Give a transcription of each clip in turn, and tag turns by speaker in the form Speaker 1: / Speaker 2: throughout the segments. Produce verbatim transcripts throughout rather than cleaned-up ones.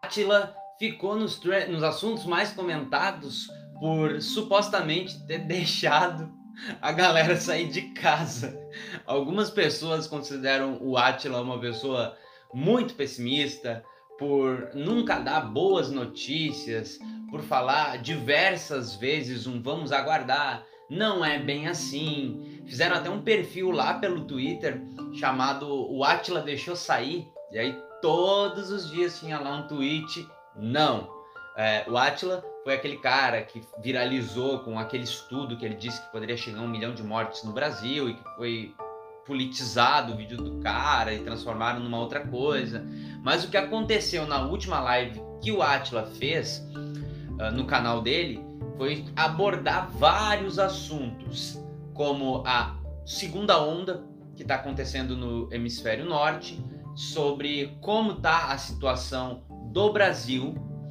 Speaker 1: Átila ficou nos, nos assuntos mais comentados por supostamente ter deixado a galera sair de casa. Algumas pessoas consideram o Átila uma pessoa muito pessimista, por nunca dar boas notícias, por falar diversas vezes um vamos aguardar, não é bem assim. Fizeram até um perfil lá pelo Twitter chamado O Átila Deixou Sair, e aí todos os dias tinha lá um tweet, não. É, o Átila foi aquele cara que viralizou com aquele estudo que ele disse que poderia chegar a um milhão de mortes no Brasil e que foi politizado o vídeo do cara e transformaram numa outra coisa. Mas o que aconteceu na última live que o Átila fez uh, no canal dele foi abordar vários assuntos, como a segunda onda que está acontecendo no hemisfério norte, sobre como está a situação do Brasil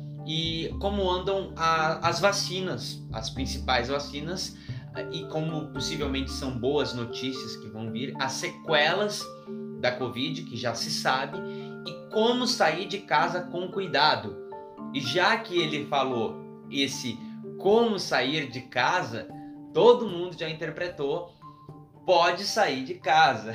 Speaker 1: e como andam a, as vacinas, as principais vacinas, e como possivelmente são boas notícias que vão vir, as sequelas da Covid, que já se sabe, e como sair de casa com cuidado. E já que ele falou esse como sair de casa, todo mundo já interpretou pode sair de casa.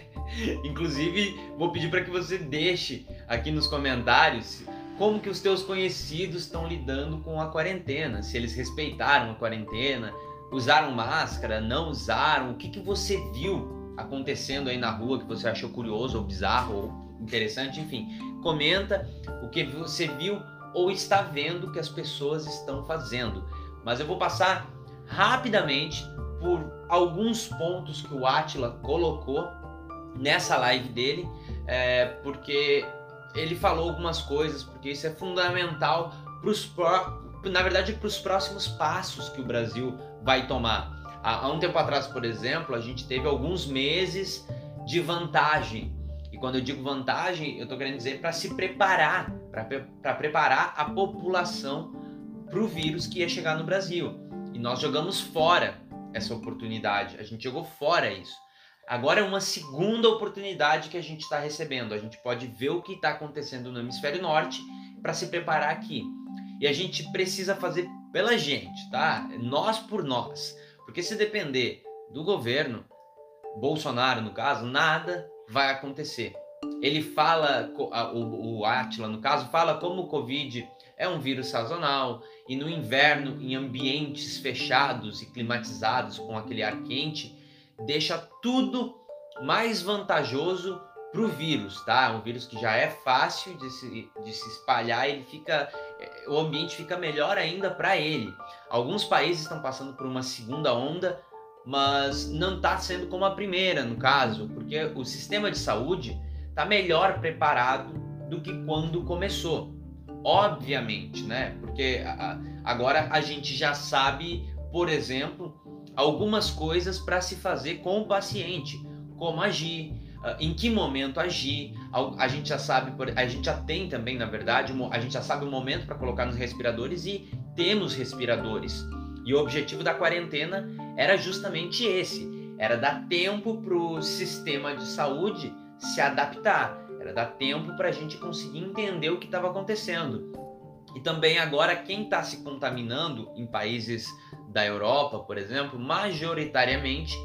Speaker 1: Inclusive, vou pedir para que você deixe aqui nos comentários como que os teus conhecidos estão lidando com a quarentena, se eles respeitaram a quarentena, usaram máscara, não usaram, o que, que você viu acontecendo aí na rua que você achou curioso ou bizarro ou interessante, enfim. Comenta o que você viu ou está vendo que as pessoas estão fazendo. Mas eu vou passar rapidamente por alguns pontos que o Átila colocou nessa live dele, é, porque ele falou algumas coisas, porque isso é fundamental para os na verdade para os próximos passos que o Brasil vai tomar. Há, há um tempo atrás, por exemplo, a gente teve alguns meses de vantagem, e quando eu digo vantagem, eu estou querendo dizer para se preparar, para preparar a população para o vírus que ia chegar no Brasil, e nós jogamos fora essa oportunidade, a gente jogou fora isso. Agora é uma segunda oportunidade que a gente está recebendo. A gente pode ver o que está acontecendo no hemisfério norte para se preparar aqui. E a gente precisa fazer pela gente, tá? Nós por nós. Porque se depender do governo, Bolsonaro no caso, nada vai acontecer. Ele fala, o, o Átila no caso, fala como o Covid é um vírus sazonal e no inverno, em ambientes fechados e climatizados com aquele ar quente, deixa tudo mais vantajoso para o vírus, tá? Um vírus que já é fácil de se, de se espalhar, ele fica, o ambiente fica melhor ainda para ele. Alguns países estão passando por uma segunda onda, mas não está sendo como a primeira, no caso, porque o sistema de saúde está melhor preparado do que quando começou. Obviamente, né? Porque agora a gente já sabe, por exemplo, algumas coisas para se fazer com o paciente, como agir, em que momento agir. A gente já sabe, a gente já tem também, na verdade, a gente já sabe o momento para colocar nos respiradores e temos respiradores. E o objetivo da quarentena era justamente esse, era dar tempo para o sistema de saúde se adaptar, era dar tempo para a gente conseguir entender o que estava acontecendo. E também agora quem está se contaminando em países da Europa, por exemplo, majoritariamente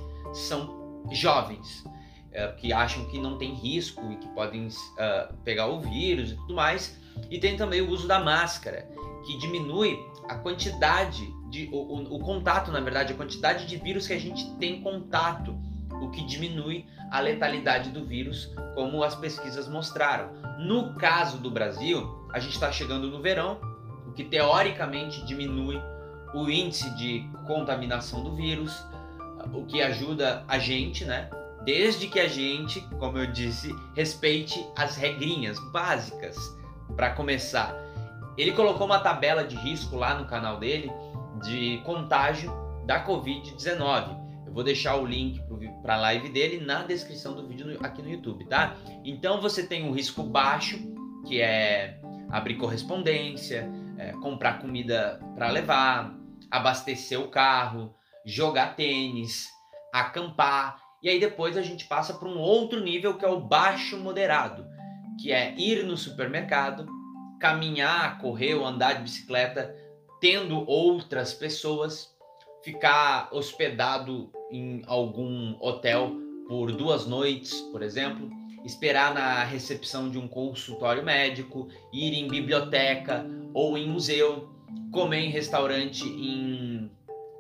Speaker 1: são jovens, é, que acham que não tem risco e que podem uh, pegar o vírus e tudo mais. E tem também o uso da máscara, que diminui a quantidade, de, o, o, o contato, na verdade, a quantidade de vírus que a gente tem contato, o que diminui a letalidade do vírus, como as pesquisas mostraram. No caso do Brasil, a gente está chegando no verão, o que teoricamente diminui o índice de contaminação do vírus, o que ajuda a gente, né? Desde que a gente, como eu disse, respeite as regrinhas básicas para começar. Ele colocou uma tabela de risco lá no canal dele de contágio da covid dezenove. Eu vou deixar o link para a live dele na descrição do vídeo no, aqui no YouTube, tá? Então você tem um risco baixo, que é abrir correspondência, é, comprar comida para levar, abastecer o carro, jogar tênis, acampar. E aí depois a gente passa para um outro nível que é o baixo moderado, que é ir no supermercado, caminhar, correr ou andar de bicicleta tendo outras pessoas, ficar hospedado em algum hotel por duas noites, por exemplo, esperar na recepção de um consultório médico, ir em biblioteca ou em museu, comer em restaurante em,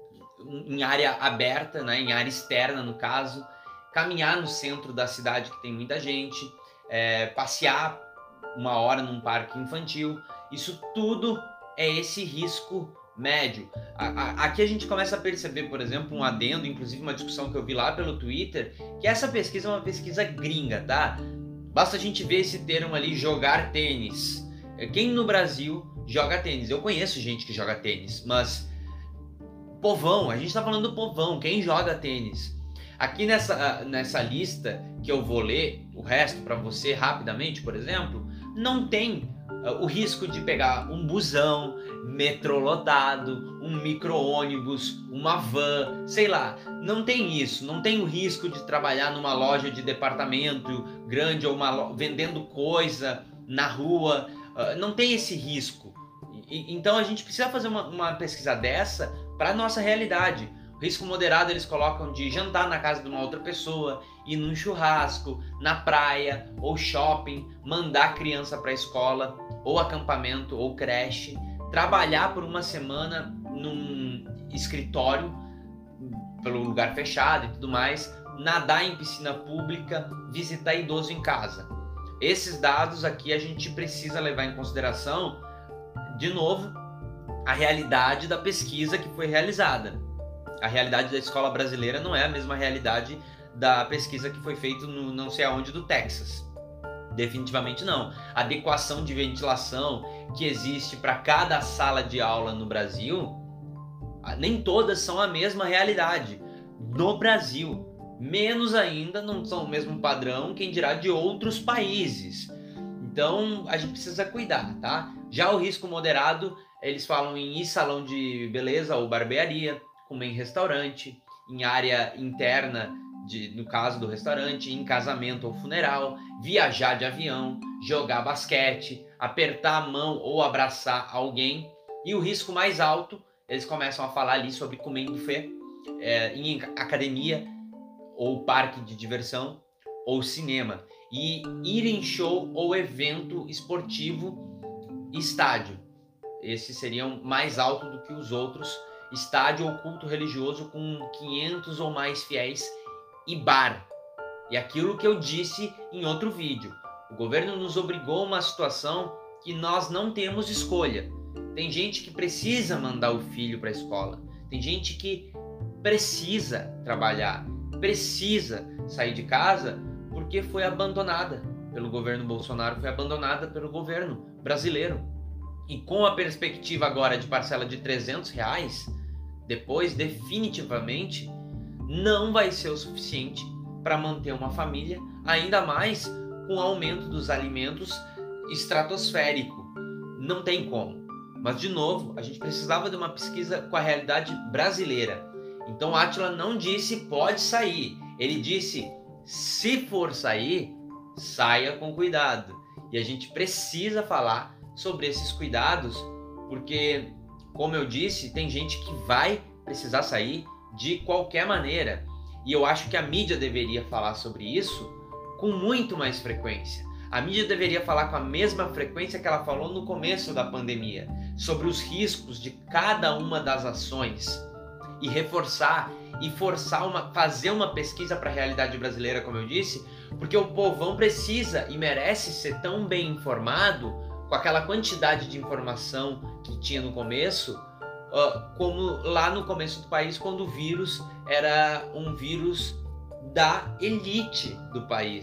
Speaker 1: em área aberta, né, em área externa no caso, caminhar no centro da cidade que tem muita gente, é, passear uma hora num parque infantil. Isso tudo é esse risco médio. Aqui a gente começa a perceber, por exemplo, um adendo, inclusive uma discussão que eu vi lá pelo Twitter, que essa pesquisa é uma pesquisa gringa, tá? Basta a gente ver esse termo ali, jogar tênis. Quem no Brasil joga tênis? Eu conheço gente que joga tênis, mas povão, a gente tá falando do povão, quem joga tênis? Aqui nessa, nessa lista que eu vou ler, o resto para você rapidamente, por exemplo, não tem o risco de pegar um busão, metrô lotado, um micro-ônibus, uma van, sei lá. Não tem isso, não tem o risco de trabalhar numa loja de departamento grande ou uma lo... vendendo coisa na rua. Não tem esse risco. Então a gente precisa fazer uma, uma pesquisa dessa para a nossa realidade. O risco moderado eles colocam de jantar na casa de uma outra pessoa, ir num churrasco, na praia ou shopping, mandar criança para a escola, ou acampamento, ou creche, trabalhar por uma semana num escritório, pelo lugar fechado e tudo mais, nadar em piscina pública, visitar idoso em casa. Esses dados aqui a gente precisa levar em consideração, de novo, a realidade da pesquisa que foi realizada. A realidade da escola brasileira não é a mesma realidade da pesquisa que foi feita no não sei aonde do Texas. Definitivamente não. A adequação de ventilação que existe para cada sala de aula no Brasil, nem todas são a mesma realidade no Brasil. Menos ainda não são o mesmo padrão, quem dirá de outros países. Então a gente precisa cuidar, tá? Já o risco moderado, eles falam em ir salão de beleza ou barbearia, comer em restaurante, em área interna, de, no caso do restaurante, em casamento ou funeral, viajar de avião, jogar basquete, apertar a mão ou abraçar alguém. E o risco mais alto, eles começam a falar ali sobre comer em buffet, é, em academia, ou parque de diversão, ou cinema. E ir em show ou evento esportivo, estádio. Esses seriam mais altos do que os outros. Estádio ou culto religioso com quinhentos ou mais fiéis e bar. E aquilo que eu disse em outro vídeo. O governo nos obrigou a uma situação que nós não temos escolha. Tem gente que precisa mandar o filho para a escola. Tem gente que precisa trabalhar, precisa sair de casa porque foi abandonada pelo governo Bolsonaro, foi abandonada pelo governo brasileiro. E com a perspectiva agora de parcela de trezentos reais, depois definitivamente não vai ser o suficiente para manter uma família, ainda mais com o aumento dos alimentos estratosférico. Não tem como. Mas, de novo, a gente precisava de uma pesquisa com a realidade brasileira. Então, Átila não disse pode sair. Ele disse, se for sair, saia com cuidado. E a gente precisa falar sobre esses cuidados, porque, como eu disse, tem gente que vai precisar sair de qualquer maneira. E eu acho que a mídia deveria falar sobre isso com muito mais frequência. A mídia deveria falar com a mesma frequência que ela falou no começo da pandemia, sobre os riscos de cada uma das ações e reforçar e forçar uma, fazer uma pesquisa para a realidade brasileira, como eu disse, porque o povão precisa e merece ser tão bem informado com aquela quantidade de informação que tinha no começo, uh, como lá no começo do país, quando o vírus era um vírus da elite do país.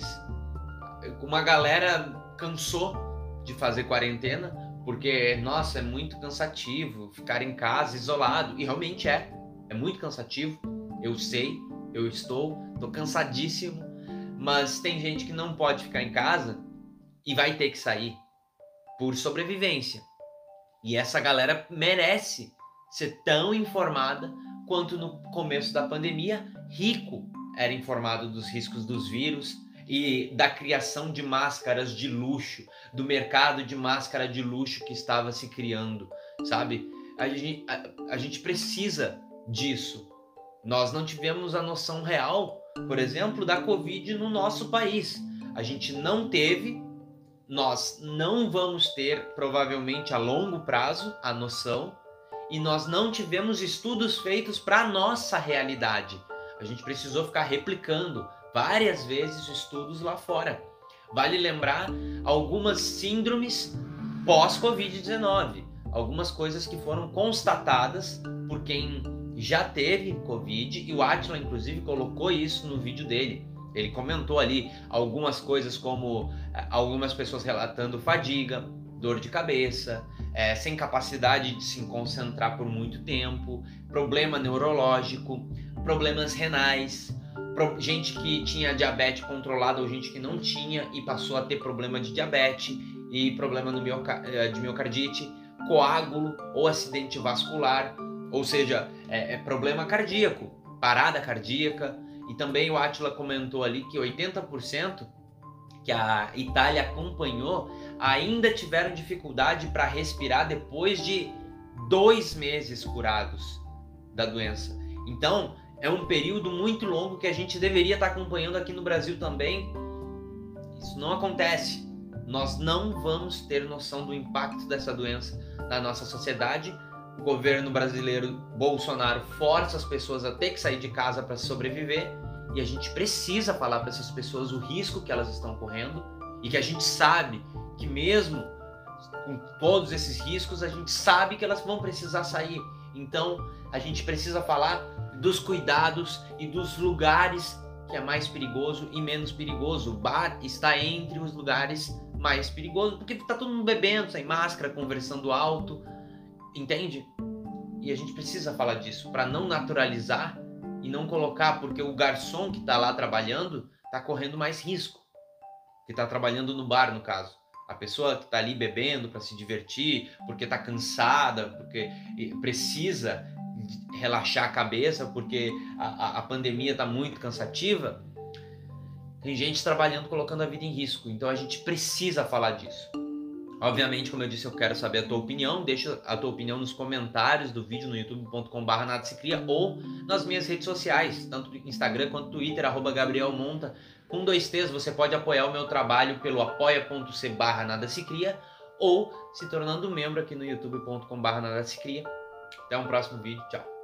Speaker 1: Uma galera cansou de fazer quarentena, porque, nossa, é muito cansativo ficar em casa, isolado, e realmente é, é muito cansativo, eu sei, eu estou, estou cansadíssimo, mas tem gente que não pode ficar em casa e vai ter que sair por sobrevivência. E essa galera merece ser tão informada quanto no começo da pandemia, rico era informado dos riscos dos vírus, e da criação de máscaras de luxo, do mercado de máscara de luxo que estava se criando, sabe? A gente, a, a gente precisa disso. Nós não tivemos a noção real, por exemplo, da Covid no nosso país. A gente não teve, nós não vamos ter, provavelmente a longo prazo, a noção, e nós não tivemos estudos feitos para a nossa realidade. A gente precisou ficar replicando várias vezes estudos lá fora. Vale lembrar algumas síndromes pós-covid dezenove, algumas coisas que foram constatadas por quem já teve Covid, e o Átila, inclusive, colocou isso no vídeo dele. Ele comentou ali algumas coisas como algumas pessoas relatando fadiga, dor de cabeça, é, sem capacidade de se concentrar por muito tempo, problema neurológico, problemas renais, pro, gente que tinha diabetes controlada ou gente que não tinha e passou a ter problema de diabetes e problema no mioca, de miocardite, coágulo ou acidente vascular, ou seja, é, é problema cardíaco, parada cardíaca. E também o Átila comentou ali que oitenta por cento que a Itália acompanhou ainda tiveram dificuldade para respirar depois de dois meses curados da doença. Então, é um período muito longo que a gente deveria estar acompanhando aqui no Brasil também. Isso não acontece. Nós não vamos ter noção do impacto dessa doença na nossa sociedade. O governo brasileiro, Bolsonaro, força as pessoas a ter que sair de casa para sobreviver, e a gente precisa falar para essas pessoas o risco que elas estão correndo, e que a gente sabe que mesmo com todos esses riscos, a gente sabe que elas vão precisar sair. Então, a gente precisa falar dos cuidados e dos lugares que é mais perigoso e menos perigoso. O bar está entre os lugares mais perigosos, porque está todo mundo bebendo, sem máscara, conversando alto, entende? E a gente precisa falar disso para não naturalizar e não colocar, porque o garçom que está lá trabalhando está correndo mais risco, que está trabalhando no bar, no caso. A pessoa que está ali bebendo para se divertir, porque está cansada, porque precisa relaxar a cabeça, porque a, a, a pandemia está muito cansativa. Tem gente trabalhando, colocando a vida em risco. Então a gente precisa falar disso. Obviamente, como eu disse, eu quero saber a tua opinião. Deixa a tua opinião nos comentários do vídeo no youtube ponto com barra nada se cria ou nas minhas redes sociais, tanto no Instagram quanto no Twitter, arroba Gabriel Monta. Com dois T's, você pode apoiar o meu trabalho pelo apoia.c barra nada se cria ou se tornando membro aqui no youtube ponto com barra nada se cria. Até um próximo vídeo. Tchau.